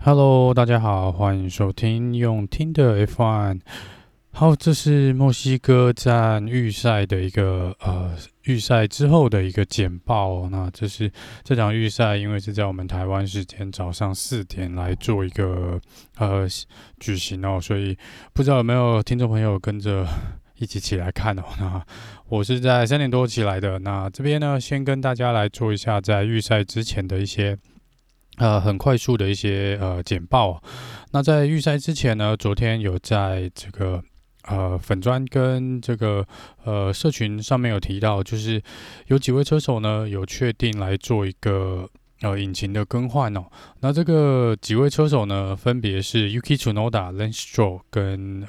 Hello，大家好，欢迎收听用听的 F1。好，这是墨西哥站预赛的一个预赛之后的一个简报哦。那这场预赛，因为是在我们台湾时间早上4点来做一个举行哦，所以不知道有没有听众朋友跟着一起起来看哦。那我是在3点多起来的。那这边呢，先跟大家来做一下在预赛之前的一些很快速的一些简报。那在预赛之前呢，昨天有在这个粉专跟这个社群上面有提到，就是有几位车手呢有确定来做一个引擎的更换哦。那这个几位车手呢，分别是 Yuki Tsunoda、Lance Stroll 跟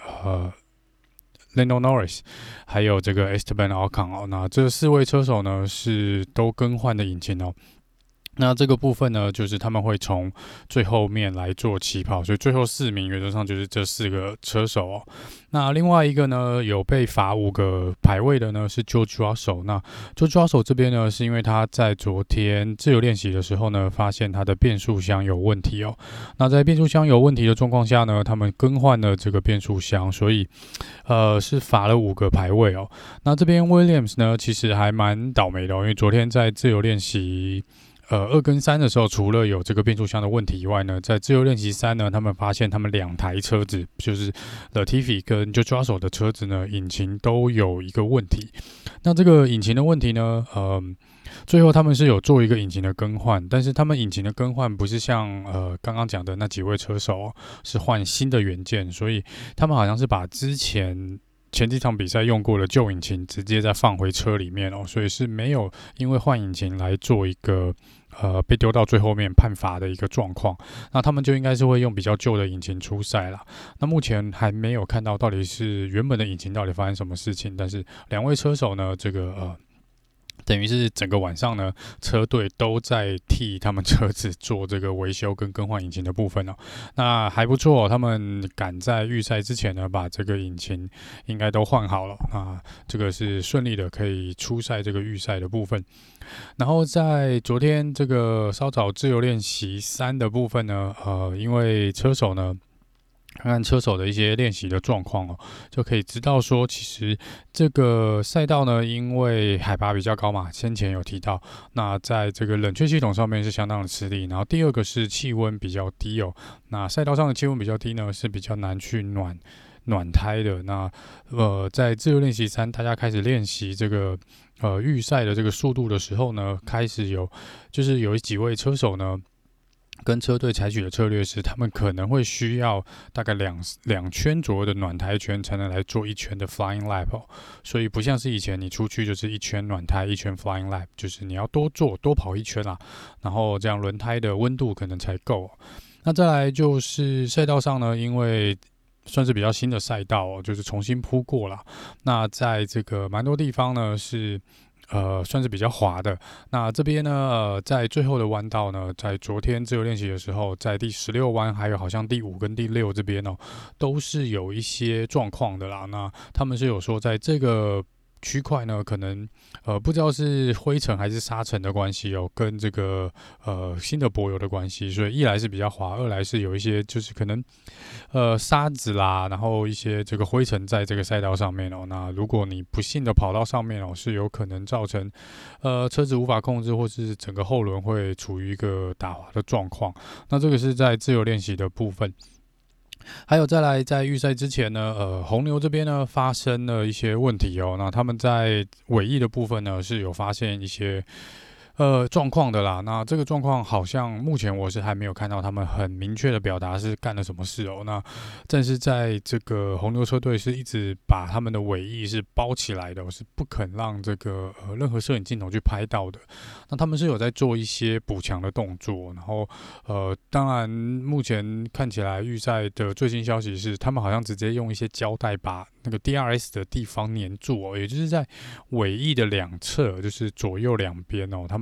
Lando Norris， 还有这个 Esteban Ocon 哦。那这4位车手呢是都更换的引擎哦。那这个部分呢，就是他们会从最后面来做起跑，所以最后4名原则上就是这4个车手哦。那另外一个呢，有被罚5个排位的呢是 George Russell。那 George Russell 这边呢，是因为他在昨天自由练习的时候呢，发现他的变速箱有问题哦。那在变速箱有问题的状况下呢，他们更换了这个变速箱，所以是罚了5个排位哦。那这边 Williams 呢，其实还蛮倒霉的哦，因为昨天在自由练习2跟3的时候，除了有这个变速箱的问题以外呢，在自由练习3呢，他们发现他们2台车子，就是 Latifi 跟 George Russell 的车子呢，引擎都有一个问题。那这个引擎的问题呢，最后他们是有做一个引擎的更换，但是他们引擎的更换不是像刚刚讲的那几位车手是换新的元件，所以他们好像是把前几场比赛用过的旧引擎直接再放回车里面哦，所以是没有因为换引擎来做一个被丢到最后面判罚的一个状况。那他们就应该是会用比较旧的引擎出赛啦。那目前还没有看到到底是原本的引擎到底发生什么事情，但是2位车手呢，这个等于是整个晚上呢，车队都在替他们车子做这个维修跟更换引擎的部分哦。那还不错哦，他们赶在预赛之前呢，把这个引擎应该都换好了。那这个是顺利的，可以出赛这个预赛的部分。然后在昨天这个稍早自由练习3的部分呢，因为车手呢，看看车手的一些练习的状况哦，就可以知道说，其实这个赛道呢，因为海拔比较高嘛，先前有提到，那在这个冷却系统上面是相当的吃力。然后第二个是气温比较低哦，那赛道上的气温比较低呢，是比较难去暖胎的。那在自由练习3，大家开始练习这个预赛的这个速度的时候呢，开始就是有几位车手呢，跟车队采取的策略是，他们可能会需要大概两圈左右的暖胎圈，才能来做1圈的 flying lap 哦。所以不像是以前你出去就是1圈暖胎1圈 flying lap， 就是你要多跑1圈啦，然后这样轮胎的温度可能才够哦。那再来就是赛道上呢，因为算是比较新的赛道哦，就是重新铺过啦。那在这个蛮多地方呢是算是比较滑的。那这边呢，在最后的弯道呢，在昨天自由练习的时候，在第16弯，还有好像第5跟第6这边哦，都是有一些状况的啦。那他们是有说，在这个区块呢，可能不知道是灰尘还是沙尘的关系哦，跟这个新的柏油的关系，所以一来是比较滑，二来是有一些就是可能沙子啦，然后一些这个灰尘在这个赛道上面哦。那如果你不幸的跑到上面哦，是有可能造成车子无法控制，或是整个后轮会处于一个打滑的状况。那这个是在自由练习的部分。还有再来，在预赛之前呢，红牛这边呢发生了一些问题哦。那他们在尾翼的部分呢是有发现一些状况的啦。那这个状况好像目前我是还没有看到他们很明确的表达是干了什么事哦。那但是在这个红牛车队是一直把他们的尾翼是包起来的，我是不肯让这个任何摄影镜头去拍到的。那他们是有在做一些补强的动作，然后当然目前看起来预赛的最新消息是，他们好像直接用一些胶带把那个 DRS 的地方粘住哦，也就是在尾翼的2侧，就是左右两边哦，他们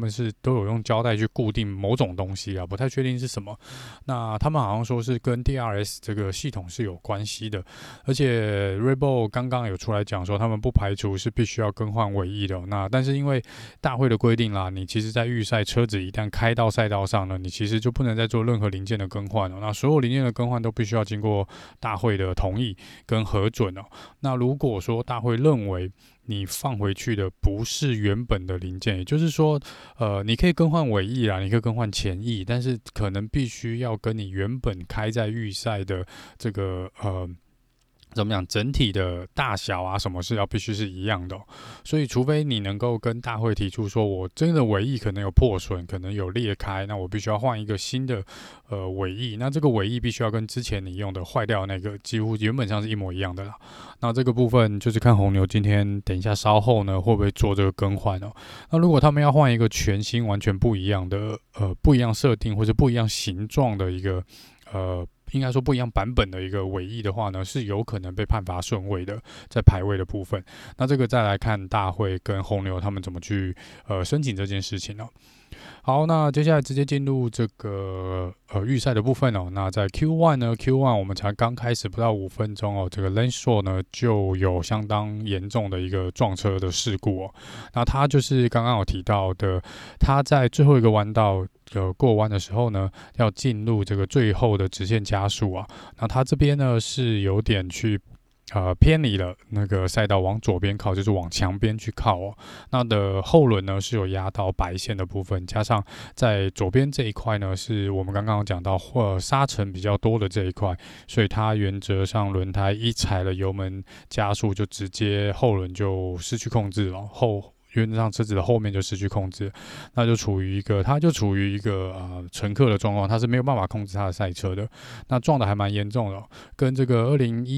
们是都有用胶带去固定某种东西啊，不太确定是什么。那他们好像说是跟 DRS 这个系统是有关系的，而且 Red Bull 刚刚有出来讲说，他们不排除是必须要更换尾翼的那但是因为大会的规定啦，你其实在预赛车子一旦开到赛道上呢，你其实就不能再做任何零件的更换那所有零件的更换都必须要经过大会的同意跟核准那如果说大会认为你放回去的不是原本的零件，也就是说，你可以更换尾翼啦，你可以更换前翼，但是可能必须要跟你原本开在预赛的这个怎么讲，整体的大小啊，什么是必须是一样的所以除非你能够跟大会提出说，我真的尾翼可能有破损，可能有裂开，那我必须要换一个新的尾翼，那这个尾翼必须要跟之前你用的坏掉那个几乎原本上是一模一样的啦。那这个部分就是看红牛今天等一下稍后呢会不会做这个更换那如果他们要换一个全新完全不一样的不一样设定或者不一样形状的一个应该说不一样版本的一个尾翼的话呢，是有可能被判罚顺位的，在排位的部分。那这个再来看大会跟红牛他们怎么去申请这件事情好，那接下来直接进入这个预赛的部分那在 Q1 呢 ，Q1 我们才刚开始不到5分钟这个 Lance Stroll 呢就有相当严重的一个撞车的事故那他就是刚刚有提到的，他在最后一个弯道过弯的时候呢，要进入这个最后的直线加速那他这边呢是有点去偏离了那个赛道往左边靠，就是往墙边去靠那的后轮呢是有压到白线的部分，加上在左边这一块呢是我们刚刚讲到沙尘比较多的这一块，所以它原则上轮胎一踩了油门加速，就直接后轮就失去控制了原则上车子的后面就失去控制，那就处于一个乘客的状况，他是没有办法控制他的赛车的，那撞的还蛮严重的跟这个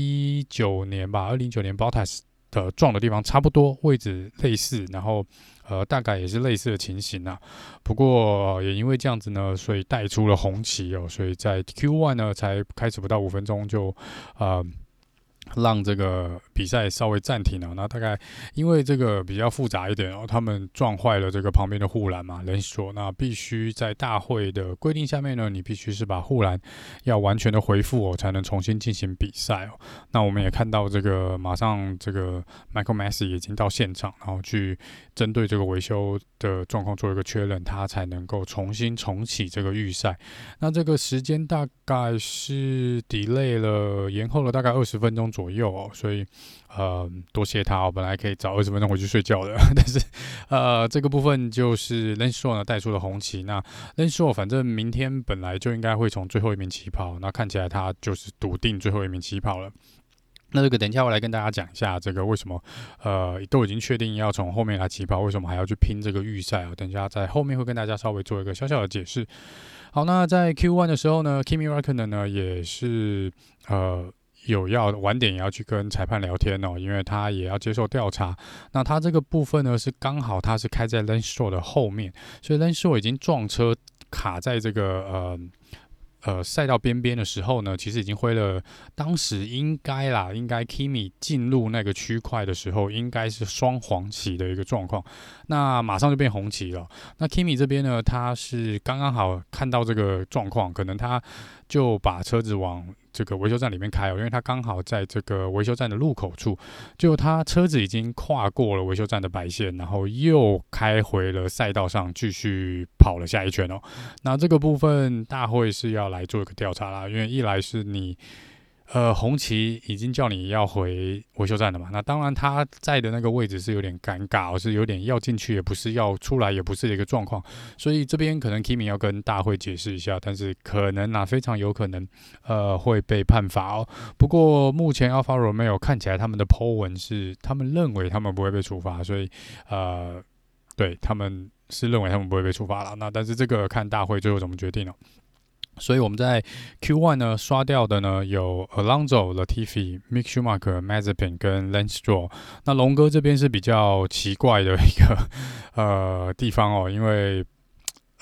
2019年 Bottas 的撞的地方差不多，位置类似，然后大概也是类似的情形不过也因为这样子呢，所以带出了红旗所以在 Q1 呢才开始不到5分钟就让这个比赛稍微暂停那大概因为这个比较复杂一点他们撞坏了这个旁边的护栏嘛，Lance Stroll那必须在大会的规定下面呢，你必须是把护栏要完全的恢复才能重新进行比赛那我们也看到这个马上这个 Michael Masi 已经到现场，然后去针对这个维修的状况做一个确认，他才能够重启这个预赛。那这个时间大概是 delay 了，延后了大概20分钟左右所以多谢他本来可以早20分钟回去睡觉的，但是这个部分就是 Lance Stroll 呢带出了红旗。那 Lance Stroll 反正明天本来就应该会从最后一名起跑，那看起来他就是笃定最后一名起跑了。那这个等一下我来跟大家讲一下这个为什么都已经确定要从后面来起跑，为什么还要去拼这个预赛等一下在后面会跟大家稍微做一个小小的解释。好，那在 Q1 的时候呢 Kimi Räikkönen 呢也是有要晚点也要去跟裁判聊天因为他也要接受调查。那他这个部分呢是刚好他是开在 Lance Stroll 的后面，所以 Lance Stroll 已经撞车卡在这个赛道边边的时候呢，其实已经挥了，当时应该 Kimi 进入那个区块的时候，应该是双黄旗的一个状况，那马上就变红旗了。那 Kimi 这边呢，他是刚刚好看到这个状况，可能他就把车子往这个维修站里面开因为他刚好在这个维修站的入口处，就他车子已经跨过了维修站的白线，然后又开回了赛道上，继续跑了下一圈那这个部分大会是要来做一个调查啦，因为一来是你红旗已经叫你要回维修站了嘛，那当然他在的那个位置是有点尴尬是有点要进去也不是，要出来也不是的一个状况，所以这边可能 Kimi 要跟大会解释一下，但是可能非常有可能会被判罚不过目前 Alfa Romeo 看起来他们的 po 文是他们认为他们不会被处罚，所以对，他们是认为他们不会被处罚了，那但是这个看大会最后怎么决定所以我们在 Q1 呢刷掉的呢有 Alonso、Latifi、Mick Schumacher、Mazepin 跟 Lance Stroll。那龙哥这边是比较奇怪的一个地方因为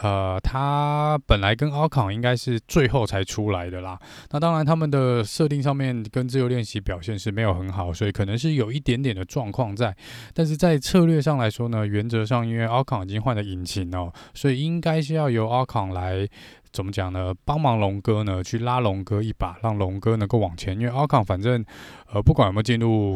他本来跟Ocon应该是最后才出来的啦。那当然他们的设定上面跟自由练习表现是没有很好，所以可能是有一点点的状况在。但是在策略上来说呢，原则上因为 Ocon 已经换了引擎哦，所以应该是要由 Ocon 来怎么讲呢？帮忙龙哥呢去拉龙哥一把，让龙哥能够往前。因为 Ocon 反正不管有没有进入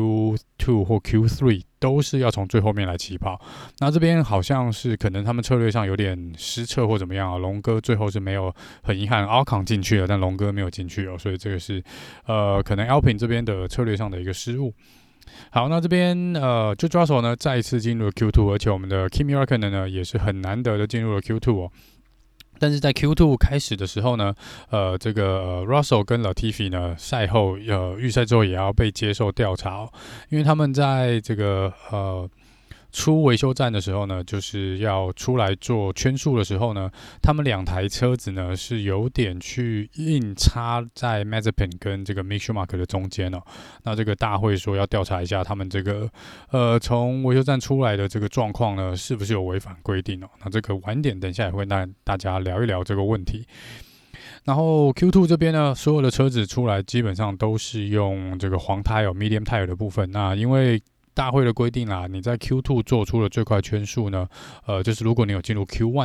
Q2 或 Q3，都是要从最后面来起跑。那这边好像是可能他们策略上有点失策或怎么样啊？龙哥最后是没有，很遗憾 Ocon 进去了，但龙哥没有进去哦，所以这个是可能 Alpine 这边的策略上的一个失误。好，那这边就抓手呢再一次进入了 Q2， 而且我们的 Kimi Räikkönen 呢也是很难得的进入了 Q2 哦。但是在 Q2 开始的时候呢，这个Russell 跟 Latifi 呢赛后预赛之后也要被接受调查哦，因为他们在这个出维修站的时候呢，就是要出来做圈数的时候呢，他们两台车子呢是有点去硬插在 Mazepin 跟这个 Mick Schumacher 的中间哦。那这个大会说要调查一下他们这个从维修站出来的这个状况呢，是不是有违反规定哦？那这个晚点等一下也会带大家聊一聊这个问题。然后 Q2 这边呢，所有的车子出来基本上都是用这个黄胎哦 ，medium tire 的部分。那因为大会的规定啦，你在 Q2 做出了最快圈数呢，就是如果你有进入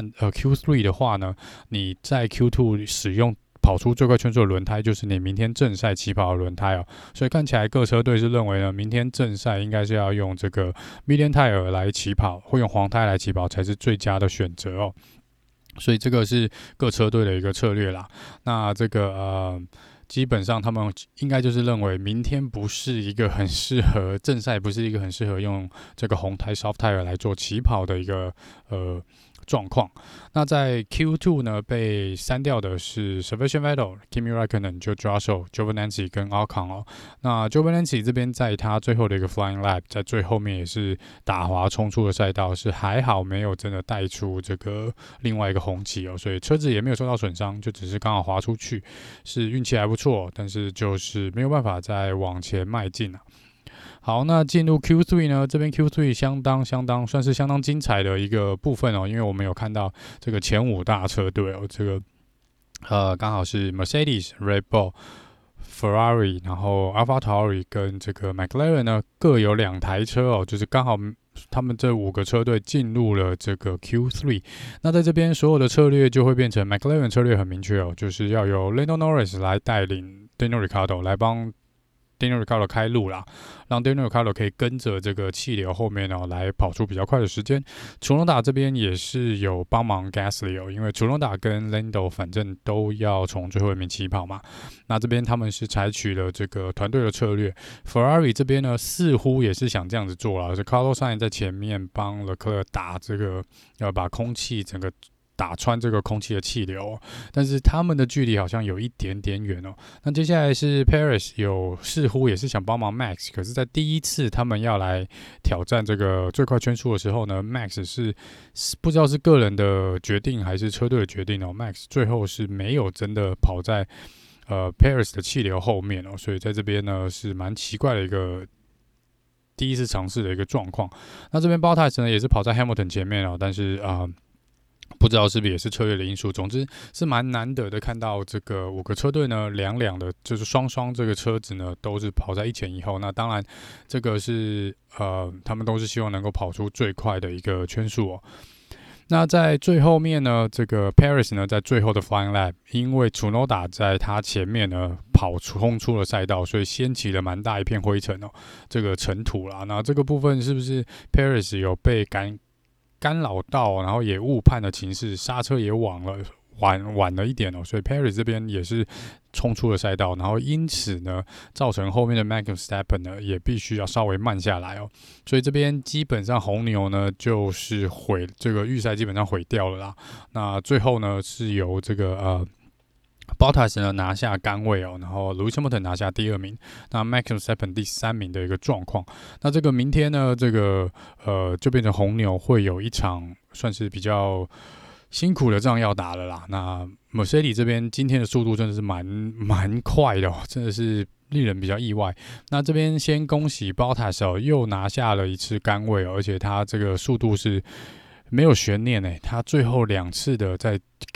Q3 的话呢，你在 Q2 使用跑出最快圈数的轮胎，就是你明天正赛起跑的轮胎哦。所以看起来各车队是认为呢，明天正赛应该是要用这个 medium tire 来起跑，或用黄胎来起跑才是最佳的选择哦。所以这个是各车队的一个策略啦。那这个基本上他们应该就是认为明天不是一个很适合正赛，不是一个很适合用这个红胎 soft tire 来做起跑的一个状况。那在 Q2 呢，被删掉的是 Sebastian Vettel、Kimi Räikkönen、George Russell、Giovinazzi 跟 Ocon 哦。那 Giovinazzi 这边在他最后的一个 Flying Lap， 在最后面也是打滑冲出了赛道，是还好没有真的带出这个另外一个红旗哦，所以车子也没有受到损伤，就只是刚好滑出去，是运气还不错，但是就是没有办法再往前迈进啊。好，那进入 Q3 呢？这边 Q3 算是相当精彩的一个部分哦，因为我们有看到这个前5大车队哦，这个刚好是 Mercedes、Red Bull、Ferrari， 然后 AlphaTauri 跟这个 McLaren 呢各有2台车哦，就是刚好他们这5个车队进入了这个 Q3。那在这边所有的策略就会变成 McLaren 策略很明确哦，就是要由 Lando Norris 来带领 Daniel Ricciardo 来帮Daniel Ricciardo 开路啦，让 Daniel Ricciardo 可以跟着这个气流后面哦来跑出比较快的时间。楚隆达这边也是有帮忙 Gasly 哦，因为楚隆达跟 Lando 反正都要从最后一名起跑嘛。那这边他们是采取了这个团队的策略。Ferrari 这边呢似乎也是想这样子做啦，是 Carlos Sainz 在前面帮 Leclerc 打这个要把空气整个打穿这个空气的气流，但是他们的距离好像有一点点远哦。那接下来是 Paris 似乎也是想帮忙 Max， 可是在第一次他们要来挑战这个最快圈数的时候呢 ，Max 是不知道是个人的决定还是车队的决定哦。Max 最后是没有真的跑在Paris 的气流后面哦，所以在这边呢是蛮奇怪的一个第一次尝试的一个状况。那这边 Bottas 呢也是跑在 Hamilton 前面哦，但是不知道是不是也是策略的因素，总之是蛮难得的看到这个5个车队呢，两的，就是双这个车子呢都是跑在1前1后。那当然，这个是他们都是希望能够跑出最快的一个圈数哦。那在最后面呢，这个 Paris 呢在最后的 Flying Lap， 因为 Tsunoda 在他前面呢冲出了赛道，所以掀起了蛮大一片灰尘哦，这个尘土啦。那这个部分是不是 Paris 有被干扰到，然后也误判了情势，刹车也晚了一点哦，所以 Paris 这边也是冲出了赛道，然后因此呢，造成后面的 Max Verstappen 呢也必须要稍微慢下来哦，所以这边基本上红牛呢就是这个预赛基本上毁掉了啦。那最后呢是由这个Bottas 呢拿下杆位哦，然后 Lewis Hamilton 拿下第2名，那 Max Verstappen 第3名的一个状况。那这个明天呢，这个就变成红牛会有一场算是比较辛苦的仗要打了啦。那 Mercedes 这边今天的速度真的是蛮快的哦，真的是令人比较意外。那这边先恭喜 Bottas 哦，又拿下了一次杆位哦，而且他这个速度是没有悬念他最后2次的在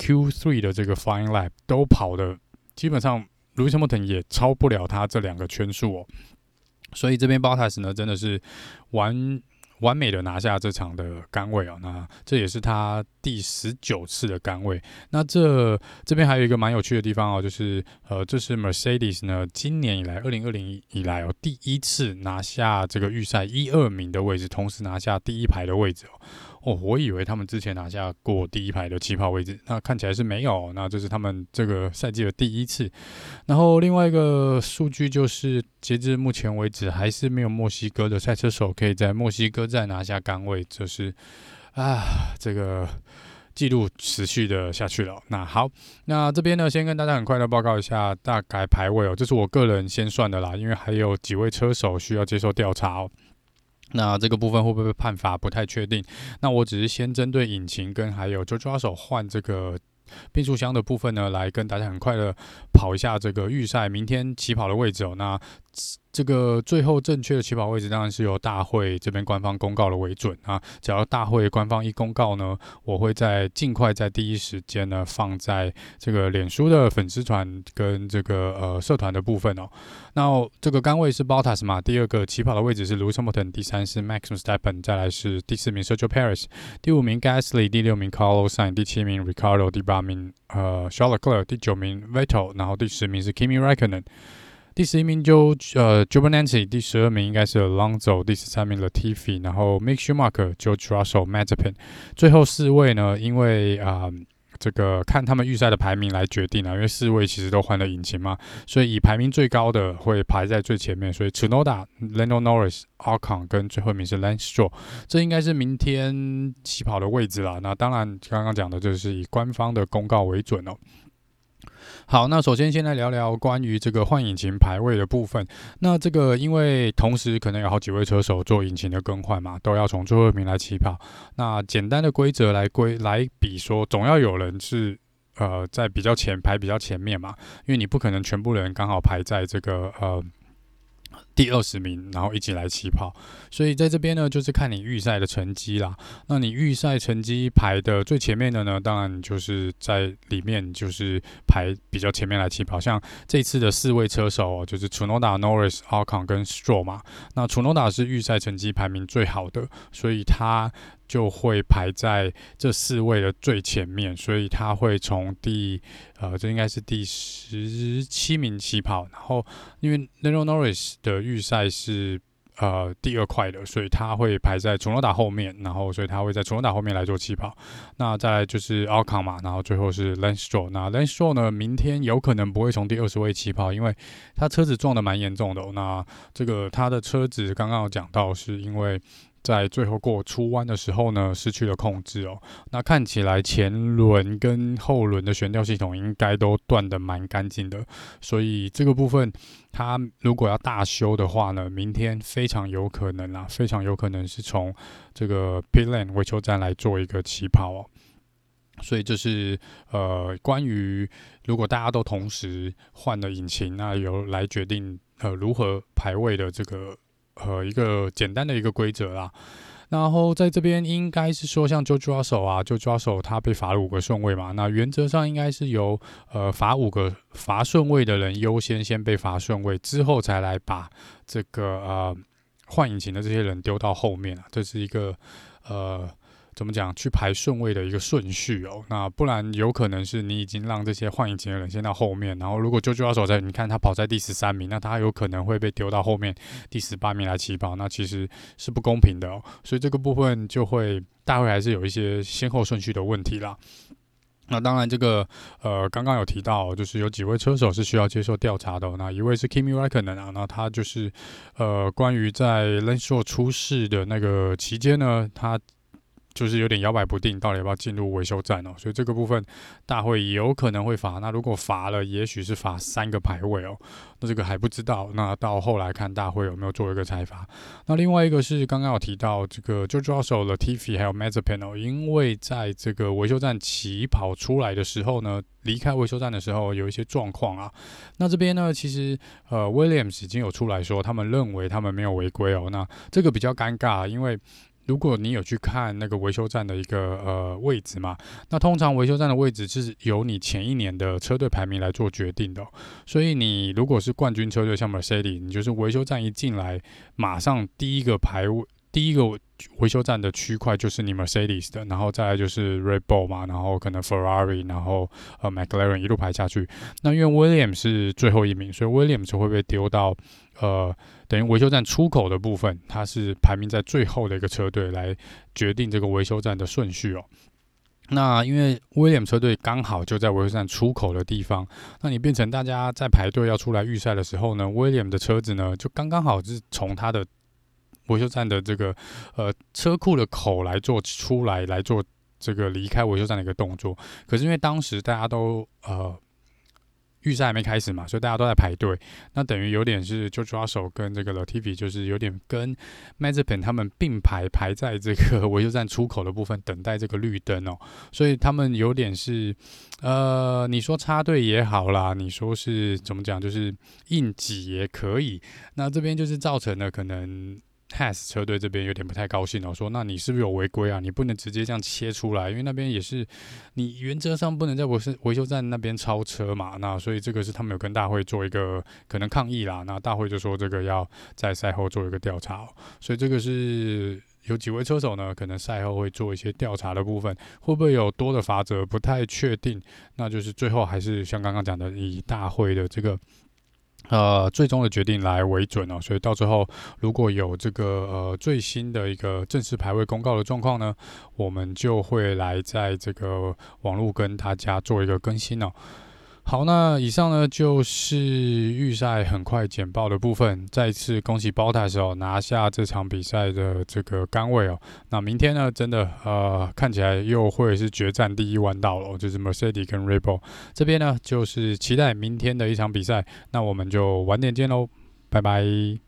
Q3 的这个 Flying Lap 都跑的基本上 Lewis Hamilton 也超不了他这2个圈数所以这边 Bottas 呢真的是完美的拿下这场的杆位那这也是他第19次的杆位。那这边还有一个蛮有趣的地方就是这是 Mercedes 呢今年以来2020以来第一次拿下这个预赛1、2名的位置，同时拿下第1排的位置我以为他们之前拿下过第1排的起跑位置，那看起来是没有。那这是他们这个赛季的第1次。然后另外一个数据就是，截至目前为止，还是没有墨西哥的赛车手可以在墨西哥站拿下杆位，就是这个记录持续的下去了。那好，那这边呢，先跟大家很快的报告一下大概排位这是我个人先算的啦，因为还有几位车手需要接受调查那这个部分会不会被判罚不太确定，那我只是先针对引擎跟还有就抓手换这个变速箱的部分呢，来跟大家很快的跑一下这个预赛明天起跑的位置那这个最后正确的起跑位置当然是由大会这边官方公告的为准只要大会官方一公告呢，我会尽快在第一时间呢放在这个脸书的粉丝团跟这个社团的部分那这个杆位是 Bottas 嘛，第2个起跑的位置是 Lewis Hamilton， 第3是 Max Verstappen， 再来是第4名 Sergio Perez， 第5名 Gasly， 第6名 Carlos Sainz， 第7名 Ricciardo， 第8名Charles Leclerc， 第9名 Vettel， 然后第10名是 Kimi Räikkönen，第11名就Giovinazzi， 第12名应该是 Alonso， 第13名 Latifi， 然后 Mick Schumacher、George Russell、Mazepin， 最后4位呢，因为这个看他们预赛的排名来决定因为4位其实都换了引擎嘛，所以以排名最高的会排在最前面，所以 Tsunoda、Lando Norris、Ocon 跟最后一名是 Lance Stroll， 这应该是明天起跑的位置啦。那当然刚刚讲的就是以官方的公告为准好，那首先先来聊聊关于这个换引擎排位的部分。那这个因为同时可能有好几位车手做引擎的更换嘛，都要从最后一名来起跑。那简单的规则来比说，总要有人是在排比较前面嘛，因为你不可能全部人刚好排在这个第20名，然后一起来起跑，所以在这边呢，就是看你预赛的成绩啦。那你预赛成绩排的最前面的呢，当然就是在里面就是排比较前面来起跑。像这次的4位车手就是 Tsunoda、Norris、Ocon 跟 Stroll 嘛。那 Tsunoda 是预赛成绩排名最好的，所以他就会排在这4位的最前面，所以他会从这应该是第17名起跑，然后因为 Lando Norris 的预赛是第2快的，所以他会排在Tsunoda后面，然后所以他会在Tsunoda后面来做起跑。那再来就是 Ocon 嘛，然后最后是 Lance Stroll。那 Lance Stroll 呢，明天有可能不会从第20位起跑，因为他车子撞得蛮严重的那这个他的车子刚刚有讲到，是因为在最后过出弯的时候呢，失去了控制那看起来前轮跟后轮的悬吊系统应该都断得蛮干净的，所以这个部分他如果要大修的话呢，明天非常有可能是从这个 Pit Lane 维修站来做一个起跑所以这是关于如果大家都同时换了引擎，那由来决定如何排位的这个一个简单的一个规则啦。然后在这边应该是说，像就抓手他被罚了5个顺位嘛，那原则上应该是由罚5个罚顺位的人优先被罚顺位，之后才来把这个换引擎的这些人丢到后面这是一个怎么讲去排顺位的一个顺序那不然有可能是你已经让这些换引擎的人先到后面，然后如果Jojo手在你看他跑在第13名，那他有可能会被丢到后面第18名来起跑，那其实是不公平的所以这个部分就会大会还是有一些先后顺序的问题啦。那当然，这个刚刚有提到，就是有几位车手是需要接受调查的那一位是 Kimi Räikkönen那他就是关于在 Lance Stroll 出事的那个期间呢，他就是有点摇摆不定，到底要不要进入维修站所以这个部分大会也有可能会罚。那如果罚了，也许是罚3个排位那这个还不知道。那到后来看大会有没有做一个裁罚。那另外一个是刚刚有提到这个 George Russell、Latifi 还有 Mazepin因为在这个维修站起跑出来的时候呢，离开维修站的时候有一些状况那这边呢，其实Williams 已经有出来说，他们认为他们没有违规那这个比较尴尬，因为如果你有去看那个维修站的一个位置嘛，那通常维修站的位置是由你前一年的车队排名来做决定的所以你如果是冠军车队，像 Mercedes， 你就是维修站一进来，马上第一个维修站的区块就是你 Mercedes 的，然后再来就是 Red Bull 嘛，然后可能 Ferrari， 然后McLaren 一路排下去。那因为 Williams 是最后一名，所以 Williams 会被丢到等于维修站出口的部分，它是排名在最后的一个车队来决定这个维修站的顺序哦。那因为 Williams 车队刚好就在维修站出口的地方，那你变成大家在排队要出来预赛的时候呢 ，Williams 的车子呢就刚刚好是从它的维修站的这个车库的口来做出来做这个离开维修站的一个动作。可是因为当时大家都预赛还没开始嘛，所以大家都在排队。那等于有点是 George Russell 跟这个 Latifi 就是有点跟 Mazepin 他们并排在这个维修站出口的部分等待这个绿灯哦。所以他们有点是你说插队也好啦，你说是怎么讲，就是硬挤也可以。那这边就是造成了可能Haas 车队这边有点不太高兴哦，说那你是不是有违规啊？你不能直接这样切出来，因为那边也是你原则上不能在维修站那边超车嘛。那所以这个是他们有跟大会做一个可能抗议啦。那大会就说这个要在赛后做一个调查所以这个是有几位车手呢，可能赛后会做一些调查的部分，会不会有多的罚则不太确定。那就是最后还是像刚刚讲的，以大会的这个最终的决定来为准哦，所以到最后如果有这个最新的一个正式排位公告的状况呢，我们就会来在这个网络跟大家做一个更新哦。好，那以上呢就是预赛很快简报的部分。再次恭喜 Bottas 拿下这场比赛的这个杆位哦。那明天呢，真的看起来又会是决战第一弯道了，就是 Mercedes 跟 Red Bull 这边呢，就是期待明天的一场比赛。那我们就晚点见喽，拜拜。